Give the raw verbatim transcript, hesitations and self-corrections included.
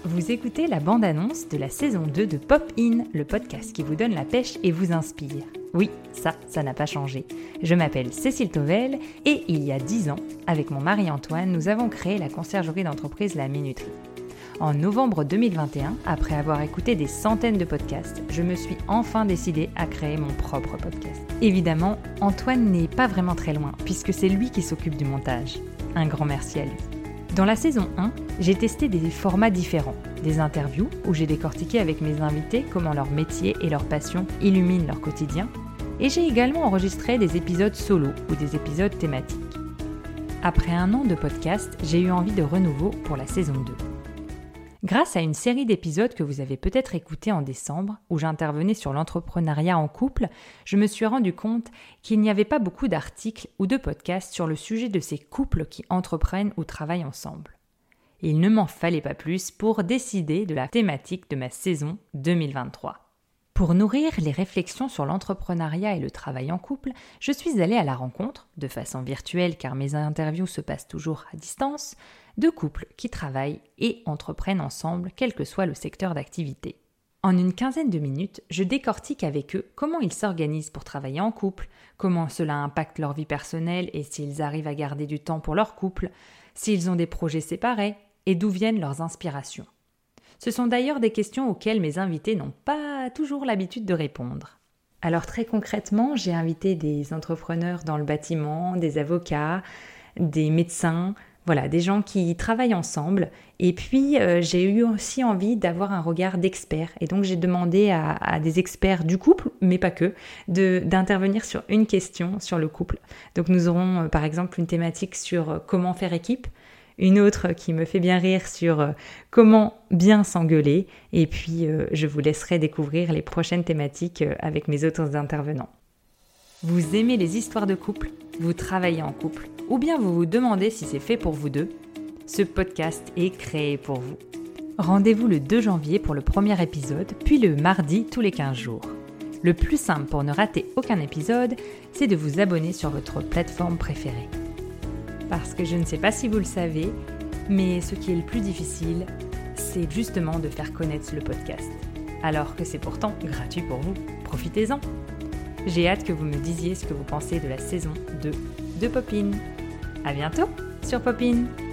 Vous écoutez la bande-annonce de la saison deux de Pop In, le podcast qui vous donne la pêche et vous inspire. Oui, ça, ça n'a pas changé. Je m'appelle Cécile Tovel et il y a dix ans, avec mon mari Antoine, nous avons créé la conciergerie d'entreprise La Minuterie. En novembre deux mille vingt et un, après avoir écouté des centaines de podcasts, je me suis enfin décidée à créer mon propre podcast. Évidemment, Antoine n'est pas vraiment très loin, puisque c'est lui qui s'occupe du montage. Un grand merci à lui. Dans la saison un, j'ai testé des formats différents. Des interviews où j'ai décortiqué avec mes invités comment leur métier et leur passion illuminent leur quotidien. Et j'ai également enregistré des épisodes solo ou des épisodes thématiques. Après un an de podcast, j'ai eu envie de renouveau pour la saison deux. Grâce à une série d'épisodes que vous avez peut-être écoutés en décembre, où j'intervenais sur l'entrepreneuriat en couple, je me suis rendu compte qu'il n'y avait pas beaucoup d'articles ou de podcasts sur le sujet de ces couples qui entreprennent ou travaillent ensemble. Il ne m'en fallait pas plus pour décider de la thématique de ma saison deux mille vingt-trois. Pour nourrir les réflexions sur l'entrepreneuriat et le travail en couple, je suis allée à la rencontre, de façon virtuelle car mes interviews se passent toujours à distance, de couples qui travaillent et entreprennent ensemble, quel que soit le secteur d'activité. En une quinzaine de minutes, je décortique avec eux comment ils s'organisent pour travailler en couple, comment cela impacte leur vie personnelle et s'ils arrivent à garder du temps pour leur couple, s'ils ont des projets séparés et d'où viennent leurs inspirations. Ce sont d'ailleurs des questions auxquelles mes invités n'ont pas toujours l'habitude de répondre. Alors très concrètement, j'ai invité des entrepreneurs dans le bâtiment, des avocats, des médecins, voilà, des gens qui travaillent ensemble. Et puis, euh, j'ai eu aussi envie d'avoir un regard d'expert. Et donc, j'ai demandé à, à des experts du couple, mais pas que, de, d'intervenir sur une question sur le couple. Donc, nous aurons euh, par exemple une thématique sur euh, comment faire équipe, une autre qui me fait bien rire sur euh, comment bien s'engueuler. Et puis, euh, je vous laisserai découvrir les prochaines thématiques euh, avec mes autres intervenants. Vous aimez les histoires de couple ? Vous travaillez en couple ? Ou bien vous vous demandez si c'est fait pour vous deux ? Ce podcast est créé pour vous. Rendez-vous le deux janvier pour le premier épisode, puis le mardi tous les quinze jours. Le plus simple pour ne rater aucun épisode, c'est de vous abonner sur votre plateforme préférée. Parce que je ne sais pas si vous le savez, mais ce qui est le plus difficile, c'est justement de faire connaître le podcast. Alors que c'est pourtant gratuit pour vous. Profitez-en! J'ai hâte que vous me disiez ce que vous pensez de la saison deux de Pop In. À bientôt sur Pop In.